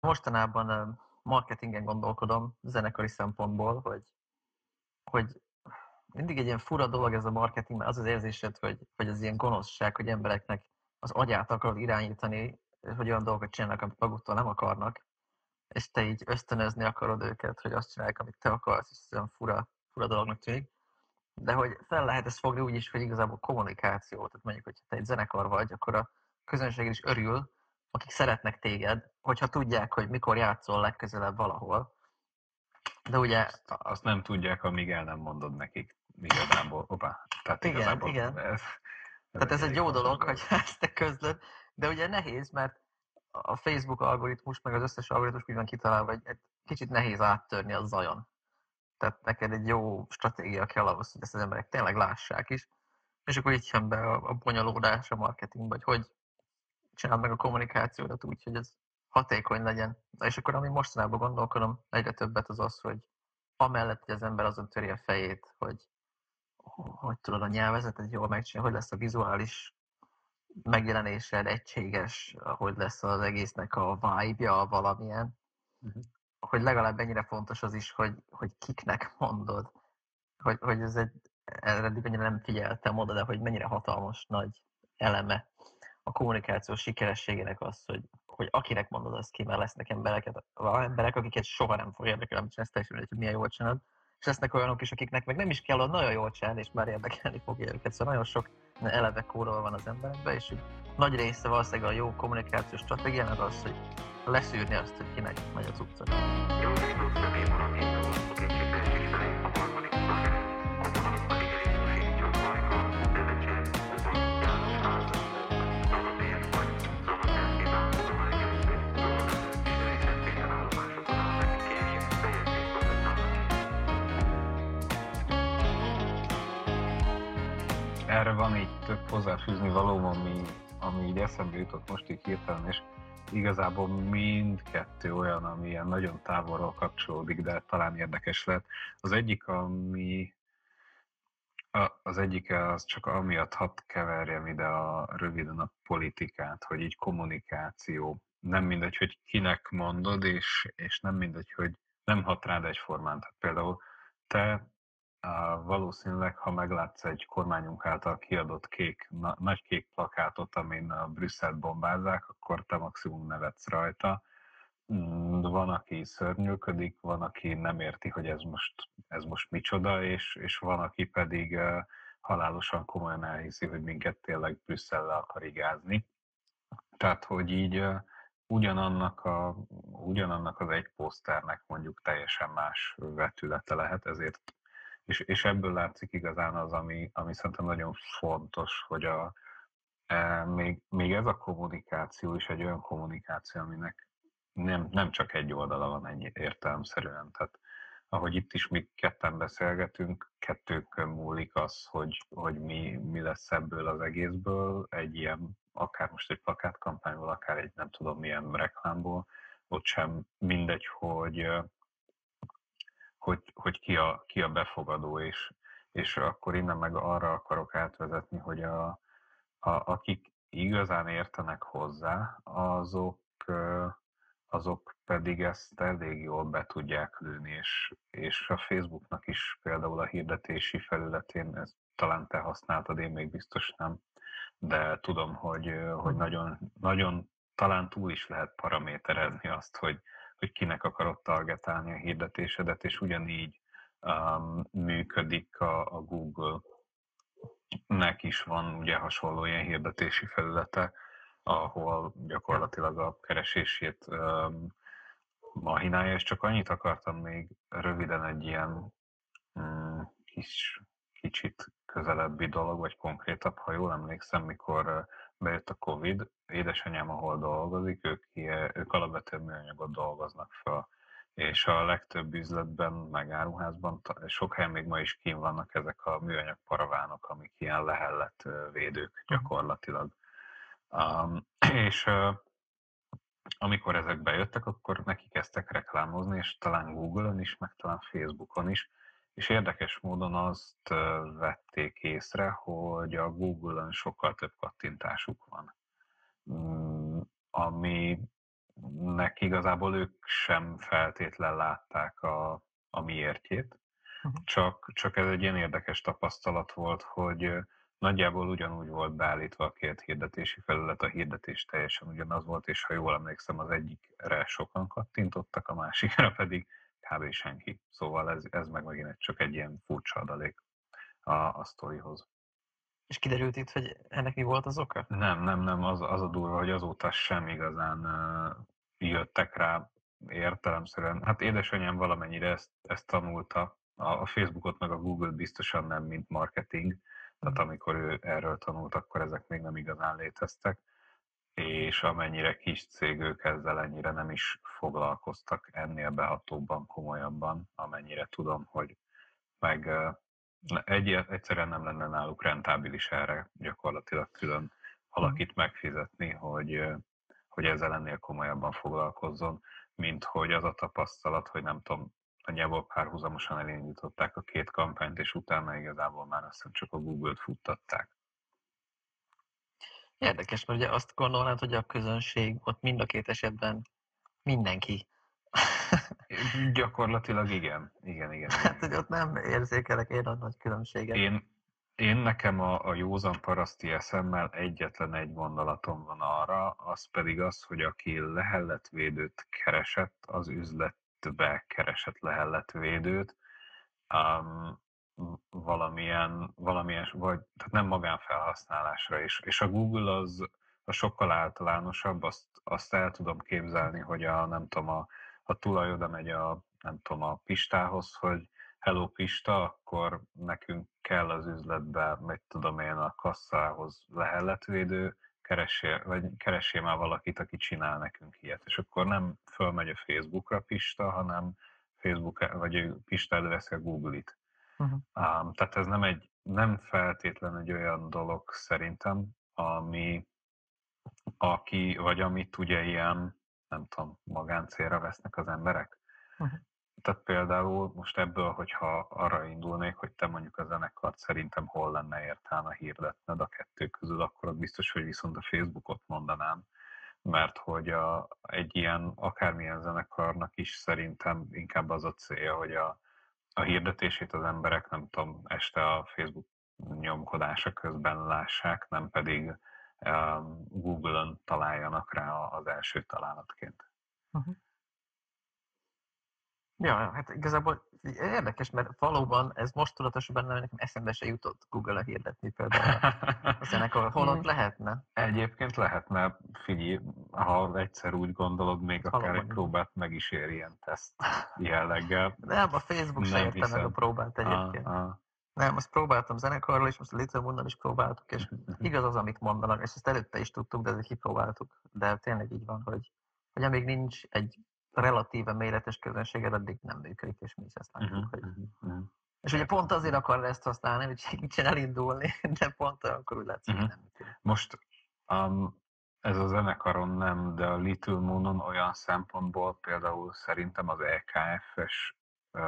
mostanában marketingen gondolkodom zenekari szempontból, hogy mindig egy ilyen fura dolog ez a marketing, mert az az érzésed, hogy az ilyen gonoszság, hogy embereknek az agyát akarod irányítani, hogy olyan dolgokat csinálnak, amit maguktól nem akarnak, és te így ösztönözni akarod őket, hogy azt csinálják, amit te akarsz, és ez olyan fura dolognak tűnik. De hogy fel lehet ezt fogni úgy is, hogy igazából kommunikáció. Tehát mondjuk, hogy te egy zenekar vagy, akkor a közönség is örül, akik szeretnek téged, hogyha tudják, hogy mikor játszol legközelebb valahol. De ugye... Azt nem tudják, amíg el nem mondod nekik igazából. Tehát igazából igen. Ez Tehát ez egy jó dolog, hogy dolog. ezt te közlöd, de ugye nehéz, mert a Facebook algoritmus, meg az összes algoritmus úgy van kitalálva, hogy egy kicsit nehéz áttörni a zajon. Tehát neked egy jó stratégia kell ahhoz, hogy ezt az emberek tényleg lássák is. És akkor így jön be a bonyolódás a marketingbe, hogy csináld meg a kommunikációdat úgy, hogy ez hatékony legyen. És akkor ami mostanában gondolkodom egyre többet az az, hogy amellett, hogy az ember azon töri a fejét, hogy tudod a nyelvezetet jól megcsinálni, hogy lesz a vizuális megjelenésed egységes, hogy lesz az egésznek a vibe-ja valamilyen, hogy legalább ennyire fontos az is, hogy kiknek mondod, hogy ez erre eddig annyira nem figyeltem oda, de hogy mennyire hatalmas nagy eleme a kommunikáció sikerességének az, hogy akinek mondod azt ki, mert lesznek emberek, akiket soha nem fog érdekelni, amit csinálsz, teljesen mindegy, hogy milyen jól csinálod, és lesznek olyanok is, akiknek meg nem is kell, hogy nagyon jól csinálni, és már érdekelni fogja őket. Szóval nagyon sok eleve kódol van az emberekben, és hogy nagy része valószínűleg a jó kommunikációs stratégiának az, hogy leszűrni azt, hogy kinek megy a cucca. Erre van így több hozzáfűzni valóm, ami így eszembe jutott most így hirtelen, és igazából mindkettő olyan, ami ilyen nagyon távolról kapcsolódik, de talán érdekes lehet. Az egyik, az egyik az csak amiatt hadd keverjem ide röviden a politikát, hogy így kommunikáció. Nem mindegy, hogy kinek mondod, és nem mindegy, hogy nem hat rád egyformán. Tehát például te valószínűleg, ha meglátsz egy kormányunk által kiadott nagy kék plakátot, amin a Brüsszelt bombázzák, akkor te maximum nevetsz rajta. Van, aki szörnyűködik, van, aki nem érti, hogy ez most micsoda, és van, aki pedig halálosan komolyan elhiszi, hogy minket tényleg Brüsszelle akar igázni. Tehát, hogy így ugyanannak az egy poszternek mondjuk teljesen más vetülete lehet, ezért és ebből látszik igazán az, ami szerintem nagyon fontos, hogy még ez a kommunikáció is egy olyan kommunikáció, aminek nem csak egy oldala van értelemszerűen. Tehát ahogy itt is mi ketten beszélgetünk, kettőnkön múlik az, hogy mi lesz ebből az egészből, egy ilyen, akár most egy plakátkampányból, akár egy nem tudom milyen reklámból, ott sem mindegy, hogy ki a befogadó, és akkor innen meg arra akarok átvezetni, hogy akik igazán értenek hozzá, azok pedig ezt elég jól be tudják lőni, és a Facebooknak is például a hirdetési felületén, ezt talán te használtad, én még biztos nem, de tudom, hogy nagyon, nagyon talán túl is lehet paraméterezni azt, hogy kinek akarod targetálni a hirdetésedet, és ugyanígy működik a Google. Nek is van ugye hasonló ilyen hirdetési felülete, ahol gyakorlatilag a keresését mahinálja, és csak annyit akartam még röviden egy ilyen kicsit közelebbi dolog, vagy konkrétabb, ha jól emlékszem, mikor bejött a Covid, édesanyám, ahol dolgozik, ők alapvetően műanyagot dolgoznak fel, és a legtöbb üzletben, meg áruházban, sok helyen még ma is kín vannak ezek a műanyag paravánok, amik ilyen lehellet védők gyakorlatilag. És amikor ezek bejöttek, akkor neki kezdtek reklámozni, és talán Google-on is, meg talán Facebookon is, és érdekes módon azt vették észre, hogy a Google-on sokkal több kattintásuk van. Ami nek igazából ők sem feltétlen látták a miértjét, csak ez egy ilyen érdekes tapasztalat volt, hogy nagyjából ugyanúgy volt beállítva a két hirdetési felület, a hirdetés teljesen ugyanaz volt, és ha jól emlékszem, az egyikre sokan kattintottak, a másikra pedig kb. Senki. Szóval ez meg megint csak egy ilyen furcsa adalék a sztorihoz. És kiderült itt, hogy ennek mi volt az oka? Nem, az a durva, hogy azóta sem igazán jöttek rá értelemszerűen. Hát édesanyám valamennyire ezt tanulta, a Facebookot meg a Google biztosan nem, mint marketing, tehát amikor ő erről tanult, akkor ezek még nem igazán léteztek, és amennyire kis cég ők ezzel ennyire nem is foglalkoztak ennél behatóbban, komolyabban, amennyire tudom, hogy meg egyszerűen nem lenne náluk rentábilis erre gyakorlatilag külön valakit megfizetni, hogy ezzel ennél komolyabban foglalkozzon, mint hogy az a tapasztalat, hogy nem tudom, nagyjából párhuzamosan elindították a két kampányt, és utána igazából már azt hiszem csak a Google-t futtatták. Érdekes, mert ugye azt gondolnád, hogy a közönség ott mind a két esetben mindenki. Gyakorlatilag igen. Hát, hogy ott nem érzékelek én a nagy különbséget. Én nekem a józan paraszti eszemmel egyetlen egy gondolatom van arra, az pedig az, hogy aki lehelletvédőt keresett, az üzletbe keresett lehelletvédőt, valamilyen, vagy tehát nem magánfelhasználásra is. És a Google az sokkal általánosabb, azt el tudom képzelni, hogy nem tudom, a tulaj oda megy nem tudom, a Pistához, hogy hello Pista, akkor nekünk kell az üzletbe, mit tudom én, a kasszához lehelletvédő, keressél már valakit, aki csinál nekünk ilyet. És akkor nem fölmegy a Facebookra Pista, hanem Facebook, vagy Pista előveszi a Google-it. Tehát ez nem feltétlen egy olyan dolog szerintem, amit ugye ilyen, nem tudom, magáncélra vesznek az emberek. Tehát például most ebből, hogyha arra indulnék, hogy te mondjuk a zenekart szerintem hol lenne értelme hirdetned a kettő közül, akkor az biztos, hogy viszont a Facebookot mondanám, mert hogy egy ilyen, akármilyen zenekarnak is szerintem inkább az a célja, hogy a hirdetését az emberek, nem tudom, este a Facebook nyomkodása közben lássák, nem pedig Google-on találjanak rá az első találatként. Ja, hát igazából érdekes, mert valóban ez most tudatosan bennem, nekem eszembe se jutott Google-ra hirdetni például a zenekar, holott lehetne. Egyébként lehetne, figyelj, ha egyszer úgy gondolod, még akár Valóban egy próbát meg is ér ilyen teszt jelleggel. Nem, a Facebook se érte meg a próbát egyébként. Nem, azt próbáltam zenekarról, és most a Little Moon-nal is próbáltuk, és igaz az, amit mondanak, és ezt előtte is tudtuk, de ezért kipróbáltuk. De tényleg így van, hogy amíg nincs egy relatíve méretes közönséged, addig nem működik, és mi is ezt látjuk. Hogy... És ugye pont azért akar ezt használni, hogy segítsen elindulni, de pont akkor úgy látszik, hogy nem működik. Most ez a zenekaron nem, de a Little Moonon olyan szempontból például szerintem az EKF-es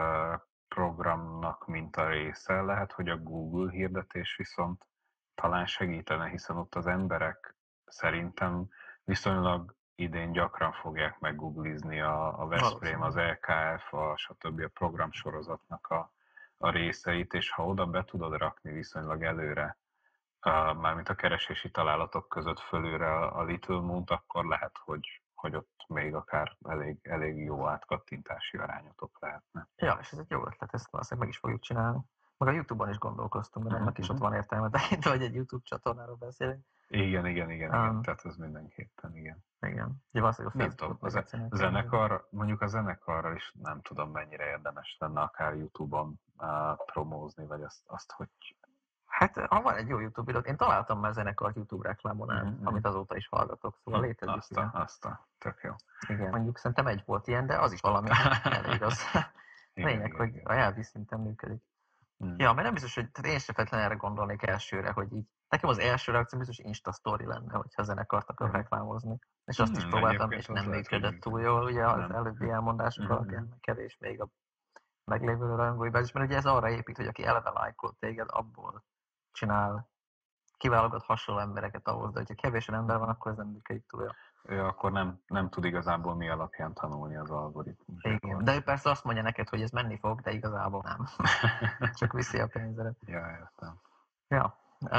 programnak mint a része lehet, hogy a Google hirdetés viszont talán segítene, hiszen ott az emberek szerintem viszonylag idén gyakran fogják meggooglizni a Veszprém, az EKF, stb. A programsorozatnak a részeit, és ha oda be tudod rakni viszonylag előre, mármint a keresési találatok között fölülre a Little Moon-t, akkor lehet, hogy ott még akár elég jó átkattintási arányotok lehetne. Ja, és ez egy jó ötlet, ezt valószínűleg meg is fogjuk csinálni. Meg a YouTube-on is gondolkoztunk, de annak is ott van értelme, tekintve, hogy egy YouTube csatornáról beszélünk. Igen, tehát ez mindenképpen, igen. Igen, ugye valószínűleg a Facebookot a zenekar, mondjuk a zenekarral is nem tudom, mennyire érdemes lenne akár YouTube-on promózni, vagy azt, hogy... Hát, ha van egy jó YouTube videót, én találtam már zenekart YouTube reklámonál, amit azóta is hallgatok, szóval létezik. Tök jó. Igen, mondjuk szerintem egy volt ilyen, de az is valami elég az. Lényeg, hogy a elvi szinten működik. Ja, mert nem biztos, hogy én sem feltétlenül erre gondolnék elsőre, hogy így. Nekem az első reakció biztos Insta Story lenne, hogyha zenekart akar reklámozni. És azt is próbáltam, és nem működött túl jól, ugye az előbbi elmondások alapján kevés még a meglévő rajongói bázis, mert ugye ez arra épít, hogy aki eleve lájkolt téged, abból csinál, kiválogat hasonló embereket ahhoz, de hogyha kevés ember van, akkor ez nem működik túl jól. ő akkor nem tud igazából mi alapján tanulni az algoritmus. Igen. De ő persze azt mondja neked, hogy ez menni fog, de igazából nem. Csak viszi a pénzedet. Ja, értem. Ja.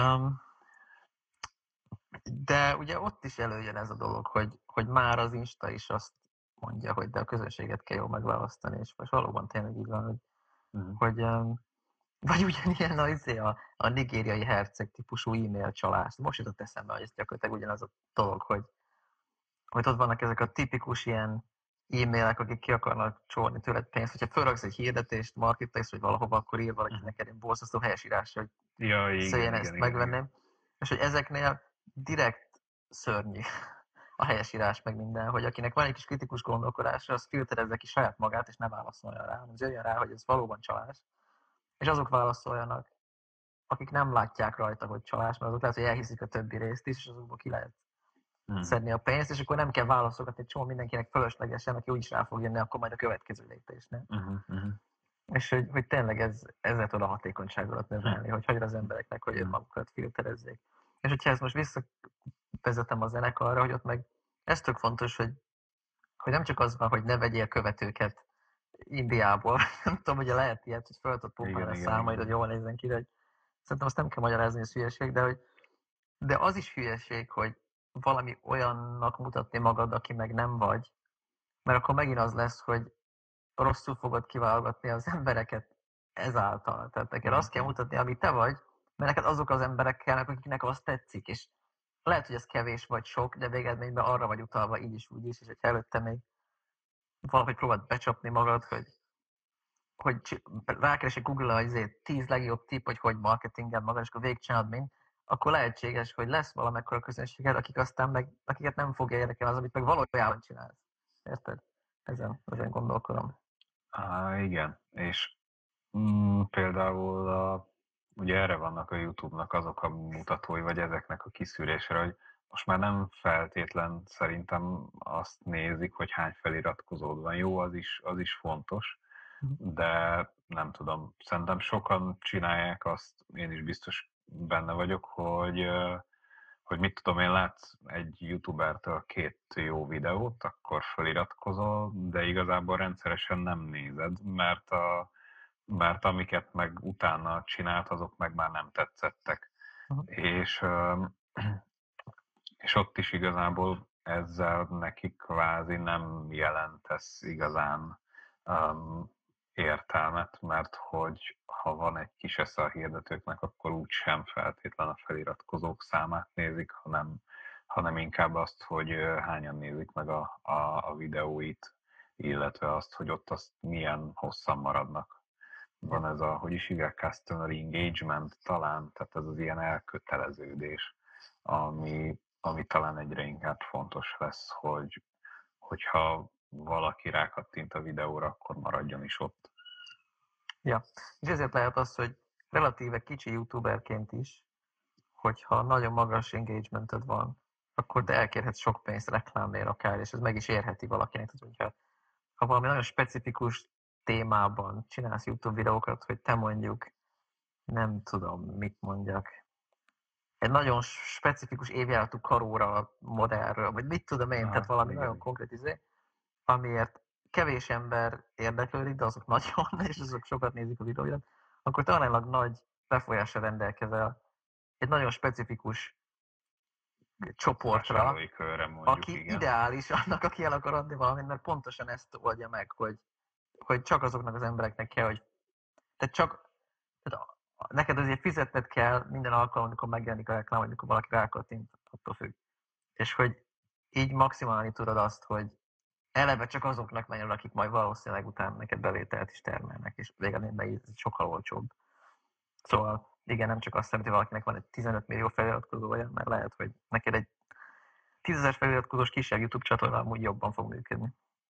De ugye ott is előjön ez a dolog, hogy már az Insta is azt mondja, hogy de a közönséget kell jól megválasztani, és most valóban tényleg így van, hogy vagy ugyanilyen a nigériai herceg típusú e-mail csalás. Most jutott eszembe, hogy ez gyakorlatilag ugyanaz a dolog, hogy ott vannak ezek a tipikus ilyen e-mailek, akik ki akarnak csorni tőled pénzt. Hogyha felraksz egy hirdetést, marketplace vagy valahova, akkor ír valaki neked egy borzasztó helyesírás, hogy ja, szóljon ezt megvenném. Igen. És hogy ezeknél direkt szörnyű a helyesírás meg minden, hogy akinek van egy kis kritikus gondolkodása, az filterezze ki saját magát, és ne válaszoljon rá, hanem jöjjön rá, hogy ez valóban csalás. És azok válaszoljanak, akik nem látják rajta, hogy csalás, mert azok lehet, hogy elhiszik a többi részt is, és azokból ki lehet szedni a pénzt, és akkor nem kell válaszokat egy csomó mindenkinek fölöslegesen, aki úgyis rá fog jönni, akkor majd a következő lépésnél. És hogy tényleg ezzel tud a hatékonyságot növelni, hogy hagyja az embereknek, hogy önmagukat filterezzék. És hogyha ezt most visszavezetem a zenekarra, hogy ott meg ez tök fontos, hogy nem csak az van, hogy ne vegyél követőket Indiából, nem tudom, hogy lehet ilyet, hogy fel tudod pumpálni a számaid, hogy jól nézzen ki, de szerintem azt nem kell magyarázni, hogy ez hülyeség, de az is hülyeség, hogy valami olyannak mutatni magad, aki meg nem vagy, mert akkor megint az lesz, hogy rosszul fogod kiválogatni az embereket ezáltal. Tehát neked azt kell mutatni, ami te vagy, mert neked azok az emberek kellnek, akiknek azt tetszik, és lehet, hogy ez kevés vagy sok, de végeredményben arra vagy utalva így is, úgy is, és hogyha előtte még valahogy próbáld becsapni magad, hogy rákeresik Google-ra azért 10 legjobb tipp, hogy marketinged magad, és akkor végigcsinálod mind, akkor lehetséges, hogy lesz valamekkora közönséged, akiket nem fogja érdekelni az, amit meg valójában csinálsz. Érted? Ezen gondolkodom. Igen, és például ugye erre vannak a YouTube-nak azok a mutatói, vagy ezeknek a kiszűrésre, hogy most már nem feltétlen szerintem azt nézik, hogy hány feliratkozód van. Jó, az is fontos, de nem tudom, szerintem sokan csinálják azt, én is biztos benne vagyok, hogy mit tudom én, látsz egy youtubertől 2 jó videót, akkor feliratkozol, de igazából rendszeresen nem nézed, mert amiket meg utána csinált, azok meg már nem tetszettek. És ott is igazából ezzel nekik kvázi nem jelentesz igazán értelmet, mert hogy ha van egy kis esze a hirdetőknek, akkor úgy sem feltétlen a feliratkozók számát nézik, hanem inkább azt, hogy hányan nézik meg a videóit, illetve azt, hogy ott azt milyen hosszan maradnak. Van ez hogy is hívják, customer engagement talán, tehát ez az ilyen elköteleződés, ami talán egyre inkább fontos lesz, hogyha valaki rákattint a videóra, akkor maradjon is ott. Ja, és ezért lehet az, hogy relatíve kicsi youtuberként is, hogyha nagyon magas engagemented van, akkor te elkérhetsz sok pénzt reklámért akár, és ez meg is érheti valakinek. Tehát, hogyha ha valami nagyon specifikus témában csinálsz YouTube videókat, hogy te mondjuk, nem tudom, mit mondjak, egy nagyon specifikus évjáratú karóra modellről, vagy mit tudom én, tehát valami nagyon konkrét amiért kevés ember érdeklődik, de azok nagyon, és azok sokat nézik a videóidat, akkor te aránylag nagy befolyással rendelkezel egy nagyon specifikus csoportra, körre mondjuk, aki ideális annak, aki el akar adni valamit, mert pontosan ezt oldja meg, hogy csak azoknak az embereknek kell, hogy tehát neked azért fizetned kell minden alkalommal, amikor megjelenik a reklám, vagy amikor valaki rákattint, attól függ. És hogy így maximálni tudod azt, hogy eleve csak azoknak menjen, akik majd valószínűleg utána neked bevételt is termelnek, és végeredményben ez sokkal olcsóbb. Szóval igen, nem csak azt jelenti, hogy valakinek van egy 15 millió feliratkozója, mert lehet, hogy neked egy 10 000 feliratkozós kisebb YouTube csatorna amúgy jobban fog működni.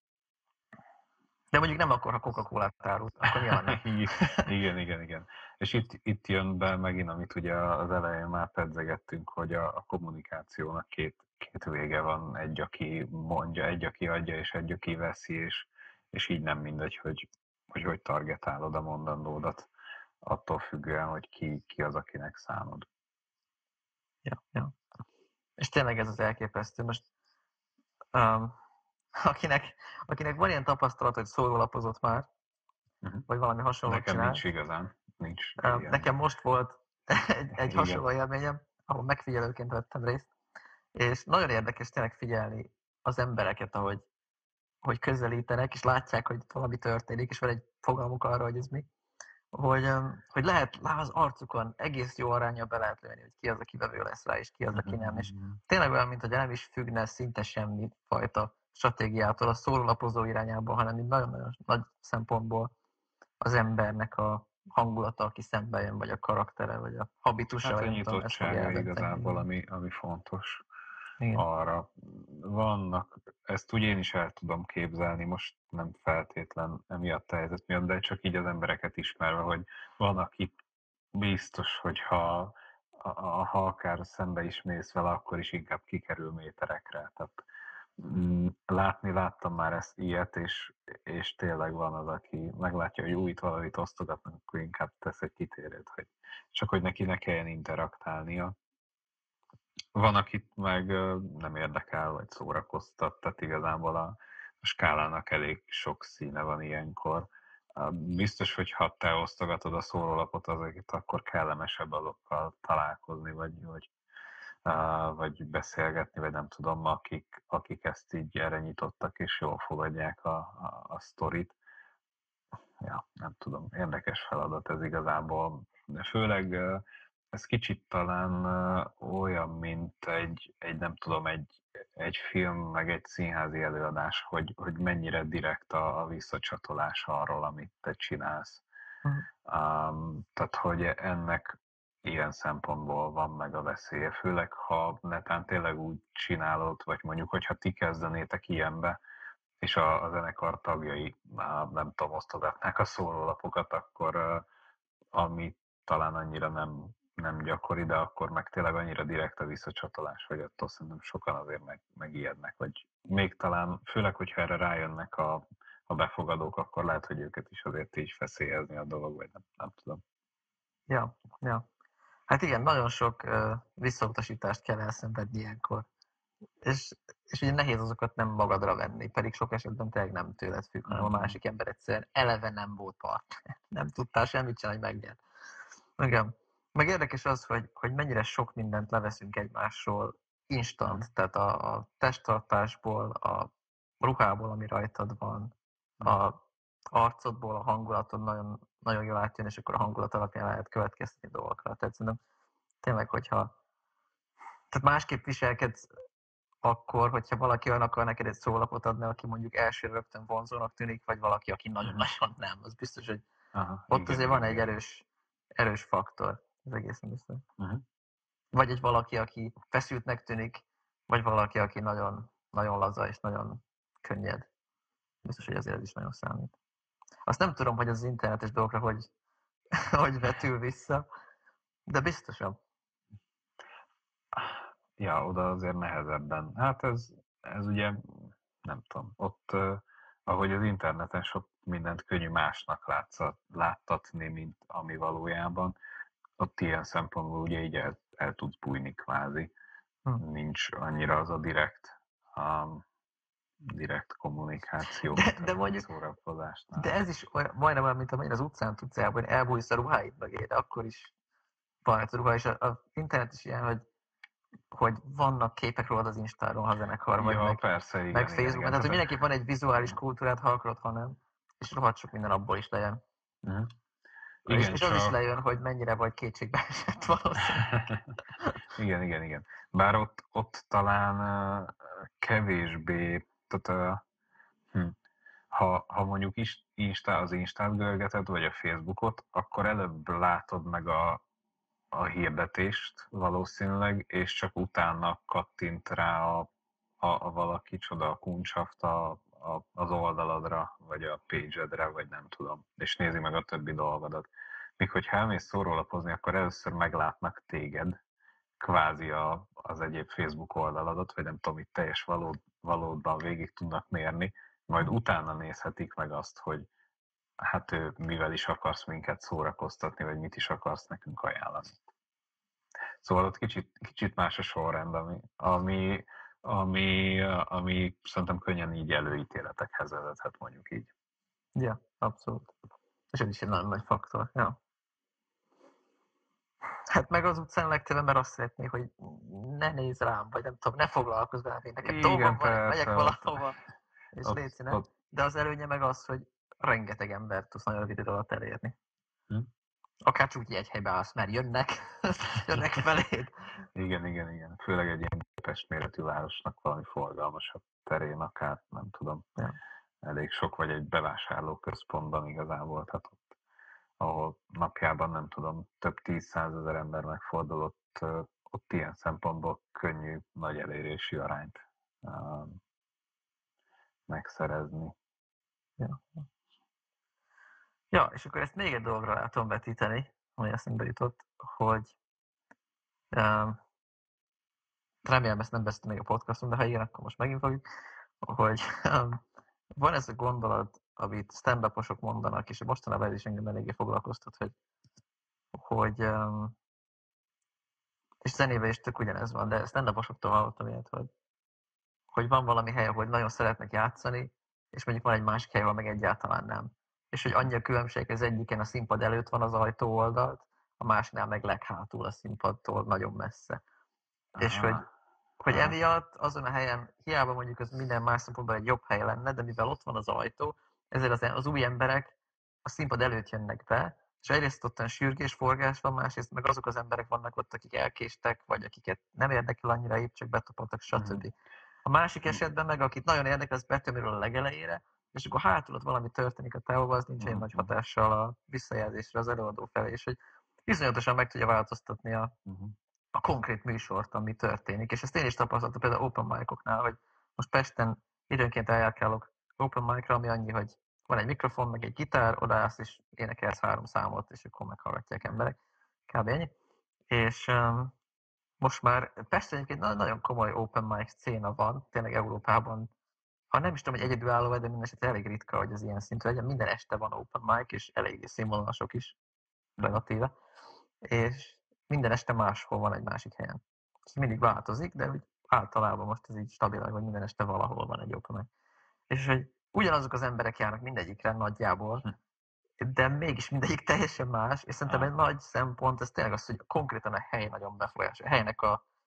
De mondjuk nem akkor, ha Coca-Colát árult, akkor nyilván nem. Igen. És itt jön be megint, amit ugye az elején már pedzegettünk, hogy a kommunikációnak két vége van, egy, aki mondja, egy, aki adja, és egy, aki veszi, és így nem mindegy, hogy targetálod a mondandódat, attól függően, hogy ki az, akinek szánod. Ja. És tényleg ez az elképesztő. Most akinek van ilyen tapasztalat, hogy szórólapozott már, vagy valami hasonlót Nekem nincs csinált. igazán, nincs ilyen. Nekem most volt egy Igen. hasonló élményem, ahol megfigyelőként vettem részt, és nagyon érdekes tényleg figyelni az embereket, hogy közelítenek, és látják, hogy valami történik, és van egy fogalmuk arra, hogy ez mi. Hogy lehet az arcukon egész jó aránya be lehet lőni, hogy ki az, aki vevő lesz rá, és ki az, aki nem. És tényleg olyan, mint hogy nem is függne szinte semmi fajta stratégiától a szórólapozó irányából, hanem így nagyon-nagyon nagy szempontból az embernek a hangulata, aki szembe jön, vagy a karaktere, vagy a habitusa, Hát vagy a nem tudom, ezt fogja nyitottsága eldönteni. igazából, ami fontos Igen. arra. Vannak, ezt úgy én is el tudom képzelni, most nem feltétlen emiatt a helyzet miatt, de csak így az embereket ismerve, hogy van, aki biztos, hogy ha akár szembe is mész vele, akkor is inkább kikerül méterekre. Tehát láttam már ezt ilyet, és tényleg van az, aki meglátja, hogy itt valamit osztogatnak, akkor inkább tesz egy kitérőt, hogy csak hogy neki ne kelljen interaktálnia. Van, akit meg nem érdekel, vagy szórakoztat, tehát igazából a skálának elég sok színe van ilyenkor. Biztos, hogy ha te osztogatod a szórólapot azért, akkor kellemesebb azokkal találkozni, vagy beszélgetni, vagy nem tudom, akik ezt így erre nyitottak, és jól fogadják a sztorit. Ja, nem tudom, érdekes feladat ez igazából. Főleg ez kicsit talán olyan, mint egy nem tudom, egy film, meg egy színházi előadás, hogy mennyire direkt a visszacsatolás arról, amit te csinálsz. Tehát, hogy ennek ilyen szempontból van meg a veszélye, főleg ha netán tényleg úgy csinálod, vagy mondjuk, hogyha ti kezdenétek ilyenbe, és a zenekar tagjai, nem tudom, osztogatnák a szólólapokat, akkor ami talán annyira nem gyakori, de akkor meg tényleg annyira direkt a visszacsatolás, hogy attól szerintem sokan azért megijednek, vagy még talán, főleg, hogyha erre rájönnek a befogadók, akkor lehet, hogy őket is azért így feszélyezni a dolog, vagy nem tudom. Ja. Hát igen, nagyon sok visszautasítást kell elszenvedni ilyenkor. És ugye nehéz azokat nem magadra venni, pedig sok esetben tényleg nem tőled függ, hanem a másik ember egyszerűen eleve nem volt partner. Nem tudtál semmit csinálni, hogy megnyert. Igen. Meg érdekes az, hogy mennyire sok mindent leveszünk egymásról instant, tehát a testtartásból, a ruhából, ami rajtad van, a arcodból, a hangulatod nagyon, nagyon jól átjön, és akkor a hangulat alapján lehet következtetni dolgokra. Tehát szerintem tényleg, tehát másképp viselkedsz akkor, hogyha valaki olyan akar neked egy szólapot adni, aki mondjuk elsőre rögtön vonzónak tűnik, vagy valaki, aki nagyon-nagyon nem. Az biztos, hogy ott igen, azért van igen. egy erős faktor. Ez egészen biztos. Vagy egy valaki, aki feszültnek tűnik, vagy valaki, aki nagyon, nagyon laza és nagyon könnyed. Biztos, hogy azért ez is nagyon számít. Azt nem tudom, hogy az internetes dolgokra hogy vetül vissza, de biztosan. Ja, oda azért nehezebben. Hát ez ugye, nem tudom, ott, ahogy az interneten sok mindent könnyű másnak láttatni, mint ami valójában, ott ilyen szempontból ugye így el tudsz bújni kvázi. Nincs annyira az a direkt kommunikáció, De mondjuk, szórakozásnál. de ez is majdnem olyan, mint amilyen az utcán tudsz elbújni, elbújsz a ruháid mögé, de akkor is van ez a ruha, és az internet is ilyen, hogy vannak képek rólad az Instáról, ha zenekar vagy, Ja, persze, igen, meg Facebookon, igen. tehát hogy mindenképp van egy vizuális kultúrát, ha akarod, ha nem, és rohadt sok minden abból is lejön. Igen, és az is lejön, hogy mennyire vagy kétségbe esett valószínűleg. Igen. Bár ott talán kevésbé, tehát ha mondjuk az Instát görgeted, vagy a Facebookot, akkor előbb látod meg a hirdetést valószínűleg, és csak utána kattint rá a valaki csoda a kuncshaft az oldaladra, vagy a page-edre, vagy nem tudom, és nézi meg a többi dolgodat. Míg hogyha elmész szórólapozni, akkor először meglátnak téged, kvázi az egyéb Facebook oldaladat, vagy nem tudom, itt teljes valódban végig tudnak mérni, majd utána nézhetik meg azt, hogy hát mivel is akarsz minket szórakoztatni, vagy mit is akarsz nekünk ajánlani. Szóval ott kicsit más a sorrend, ami ami szerintem könnyen így előítéletekhez vezethet, mondjuk így. Ja, abszolút. És ez is egy nagyon nagy faktor. Ja. Hát meg az utcán legtöbben, mert azt szeretné, hogy ne nézz rám, vagy nem tudom, ne foglalkozz velem, én nekem dolgom Igen, van, én megyek persze, valahova, és ott, léci, ne. ott, De az előnye meg az, hogy rengeteg embert tudsz nagyon rövid idő alatt elérni. hm? Akár csak úgy egy helybe állsz, mert jönnek, jönnek feléd. Igen. Főleg egy ilyen Pest méretű városnak valami forgalmasabb terén, akár nem tudom, Ja. elég sok, vagy egy bevásárlóközpontban igazából, tehát ott, ahol napjában nem tudom, több 10-100 ember megfordul, ott ilyen szempontból könnyű nagy elérési arányt megszerezni. Ja. Ja, és akkor ezt még egy dologra látom vetíteni, ami eszembe jutott, hogy remélem ezt nem beszéltem még a podcaston, de ha igen, akkor most megint fogjuk, hogy van ez a gondolat, amit stand-uposok mondanak, és mostanában ez is engem eléggé foglalkoztat, hogy és zenével is tök ugyanez van, de stand-uposoktól hallottam ilyet, hogy van valami hely, ahol nagyon szeretnek játszani, és mondjuk van egy másik hely, ahol meg egyáltalán nem. És hogy annyi a különbség, az egyiken a színpad előtt van az ajtó oldalt, a másiknál meg leghátul a színpadtól nagyon messze. És hogy emiatt azon a helyen, hiába mondjuk az minden más szempontból egy jobb hely lenne, de mivel ott van az ajtó, ezért az új emberek a színpad előtt jönnek be, és egyrészt ott sürgés, forgás van, másrészt meg azok az emberek vannak ott, akik elkéstek, vagy akiket nem érdekel annyira, épp csak betopoltak, stb. A másik esetben meg, akit nagyon érdekel, az betömörül a legelejére, és akkor hátul ott valami történik a teóval, az nincs olyan nagy hatással a visszajelzésre az előadó felé, és hogy iszonyatosan meg tudja változtatni a konkrét műsort, ami történik. És ezt én is tapasztaltam például open mic-oknál, hogy most Pesten időnként eljárkálok open mic-ra, ami annyi, hogy van egy mikrofon, meg egy gitár, odaállsz és énekelsz 3 számot, és akkor meghallgatják emberek. Kb. Ennyi. És most már Pesten egyébként nagyon komoly open mic széna van, tényleg Európában. Ha nem is tudom, hogy egyedülálló, de minden esetre elég ritka, hogy az ilyen szintű legyen. Minden este van open mic, és eléggé színvonalasok is, relatíve. És minden este máshol van egy másik helyen. Ez mindig változik, de úgy általában most ez így stabilan, hogy minden este valahol van egy open mic. És hogy ugyanazok az emberek járnak mindegyikre nagyjából, de mégis mindegyik teljesen más, és szerintem egy nagy szempont, ez tényleg az, hogy konkrétan a hely nagyon befolyásos. A helynek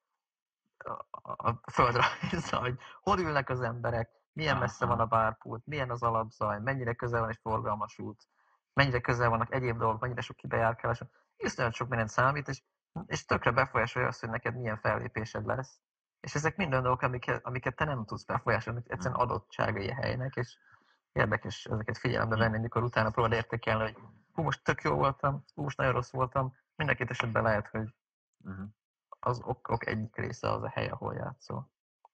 a földrajza, hogy hol ülnek az emberek, milyen messze van a bárpult, milyen az alapzaj, mennyire közel van egy forgalmas út, mennyire közel vannak egyéb dolgok, mennyire sok kibejárkálás. Iszonyat sok mindent számít, és tökre befolyásolja azt, hogy neked milyen fellépésed lesz. És ezek mind olyan dolgok, amiket te nem tudsz befolyásolni, egyszerűen adottságai a helynek, és érdekes ezeket figyelembe venni, amikor utána próbáld értékelni, hogy hú, most tök jó voltam, hú, most nagyon rossz voltam. Mind a két esetben lehet, hogy az ok egyik része az a hely, ahol játszol.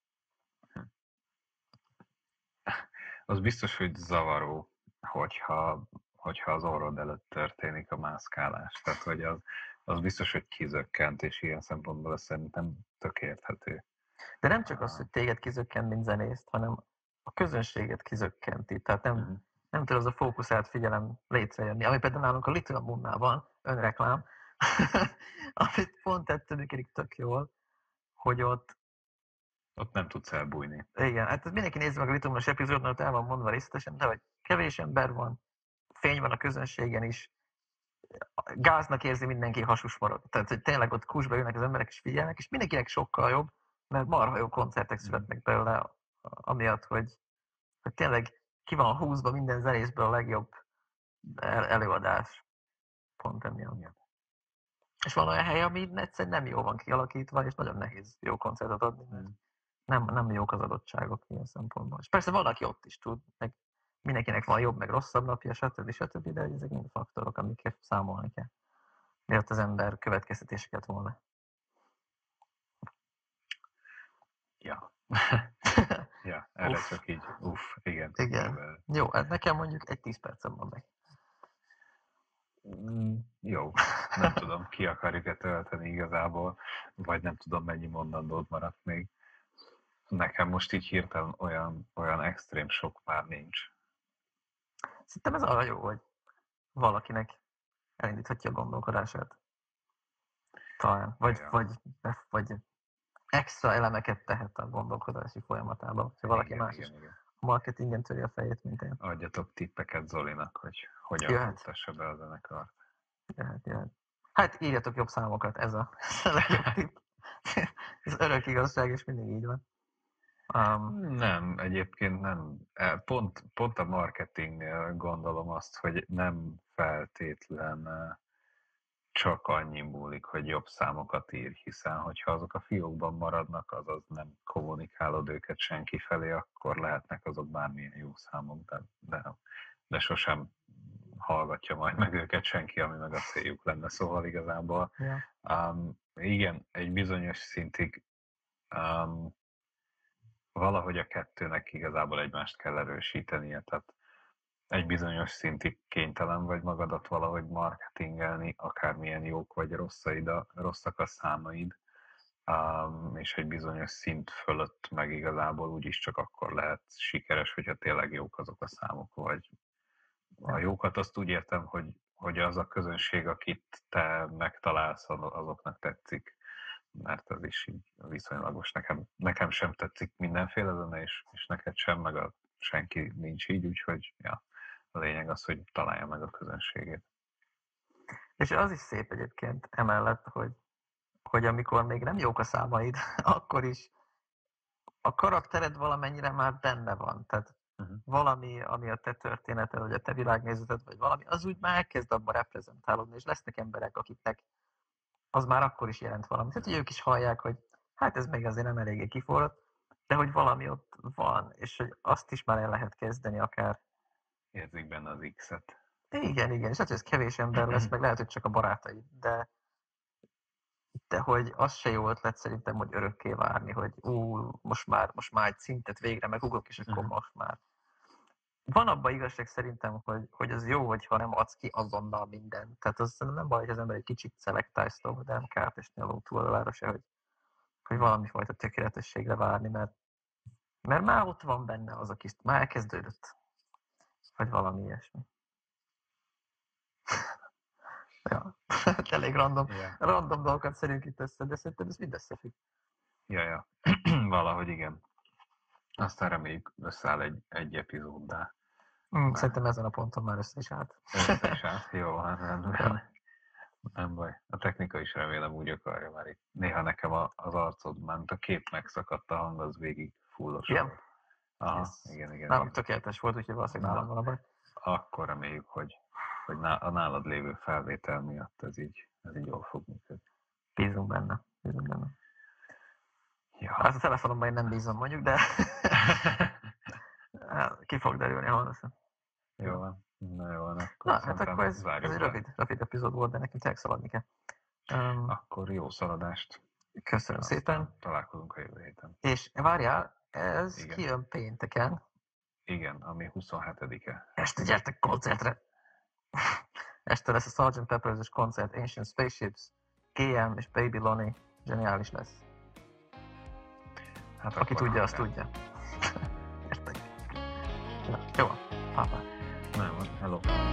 Az biztos, hogy zavaró, hogyha az orrod előtt történik a mászkálás. Tehát, hogy az biztos, hogy kizökkent, és ilyen szempontból ez szerintem tök érthető. De nem csak az, hogy téged kizökkent, mint zenészt, hanem a közönséget kizökkenti. Tehát nem tud az a fókuszált figyelem létrejönni. Ami például nálunk a Little Moonnál van, önreklám, amit pont ettől működik tök jól, hogy ott nem tudsz elbújni. Igen, hát mindenki nézze meg a Little Moon-os epizódot, ott el van mondva részletesen, de hogy kevés ember van, fény van a közönségen is, gáznak érzi mindenki, hasus marad. Tehát, hogy tényleg ott kusba jönnek az emberek és figyelnek, és mindenkinek sokkal jobb, mert marha jó koncertek születnek belőle, amiatt, hogy tényleg ki van húzva minden zenészből a legjobb előadás. Pont emiatt. És van olyan hely, ami egyszerűen nem jól van kialakítva, és nagyon nehéz jó koncertet adni, mert nem jók az adottságok ilyen szempontból. És persze van, aki ott is tud, meg mindenkinek van jobb, meg rosszabb napja, stb. De ezek mind faktorok, amiket számolni kell. Miért az ember következtetéseket volna. Ja. Ja, erre csak így, igen. Igen. Jó, hát nekem mondjuk egy 10 percem van meg. Jó, nem tudom, ki akarjuk-e tölteni igazából, vagy nem tudom, mennyi mondandót maradt még. Nekem most így hirtelen olyan extrém sok már nincs. Szerintem ez arra jó, hogy valakinek elindíthatja a gondolkodását. Talán. Vagy extra elemeket tehet a gondolkodási folyamatában, hogyha valaki más is Igen. a marketingen töri a fejét, mint én. Adjatok tippeket Zolinak, hogy hogyan Jöhet. futtassa be a zenekart. Jöhet. Hát írjatok jobb számokat, ez a legjobb tipp. Ez örök igazság, és mindig így van. Nem, egyébként nem. Pont a marketingnél gondolom azt, hogy nem feltétlen csak annyi múlik, hogy jobb számokat ír, hiszen hogyha azok a fiókban maradnak, azaz nem kommunikálod őket senki felé, akkor lehetnek azok bármilyen jó számok, de sosem hallgatja majd meg őket senki, ami meg a céljuk lenne. Szóval igazából igen, egy bizonyos szintig valahogy a kettőnek igazából egymást kell erősítenie, tehát egy bizonyos szintig kénytelen vagy magadat valahogy marketingelni, akármilyen jók vagy rosszak a számaid, és egy bizonyos szint fölött meg igazából úgyis csak akkor lehet sikeres, hogyha tényleg jók azok a számok, vagy a jókat azt úgy értem, hogy az a közönség, akit te megtalálsz, azoknak tetszik, mert ez is így viszonylagos. Nekem sem tetszik mindenféle zene, és neked sem, meg senki nincs így, úgyhogy ja, a lényeg az, hogy találja meg a közönségét. És az is szép egyébként emellett, hogy amikor még nem jók a számaid, akkor is a karaktered valamennyire már benne van. Tehát valami, ami a te történeted, vagy a te világnézeted, vagy valami, az úgy már elkezd abban reprezentálódni, és lesznek emberek, akiknek az már akkor is jelent valamit. Tehát, hogy ők is hallják, hogy hát ez még azért nem eléggé kiforrott, de hogy valami ott van, és hogy azt is már el lehet kezdeni akár. Érzik benne az X-et. Igen, és hát, hogy ez kevés ember lesz, meg lehet, hogy csak a barátaid, de hogy az se jó ötlet szerintem, hogy örökké várni, hogy most már egy szintet végre megugrok, és akkor most már. Van abban igazság szerintem, hogy az jó, hogyha nem adsz ki azonnal mindent. Tehát az nem baj, hogy az ember egy kicsit szelektálsz, de nem kárt esni a túloldalára se, hogy valami fajta tökéletességre várni, mert már ott van benne az a kis, már elkezdődött. Vagy valami ilyesmi. Ja, elég random dolgokat szerünk itt össze, de szerintem ez mind összefügg. Ja, valahogy igen. Aztán reméljük összeáll egy epizóddá. Szerintem ezen a ponton már össze is állt. Jó, hát nem baj. A technika is remélem úgy akarja már itt. Néha nekem az arcod, mert a kép megszakadt, a hang az végig fullos volt. Aha, igen. Nálam tökéletes volt, úgyhogy valószínűleg nálam van a baj. Akkor reméljük, hogy a nálad lévő felvétel miatt ez így jól fog működni. Bízunk benne. Ja. Hát a telefonomban én nem bízom mondjuk, de ki fog derülni hamarosan. Jó van. Hát akkor ez egy rövid epizód volt, de nekünk tényleg szaladni kell. Akkor jó szaladást. Köszönöm szépen. Találkozunk a jövő héten. És várjál, ez kijön pénteken. Igen, ami 27-e. Este gyertek koncertre! Este lesz a Sgt. Pepper's koncert, Ancient Spaceships, GM és Baby Lonnie. Zseniális lesz. Hát aki tudja, azt tudja. Értek. Jó, papa. Nem, hello.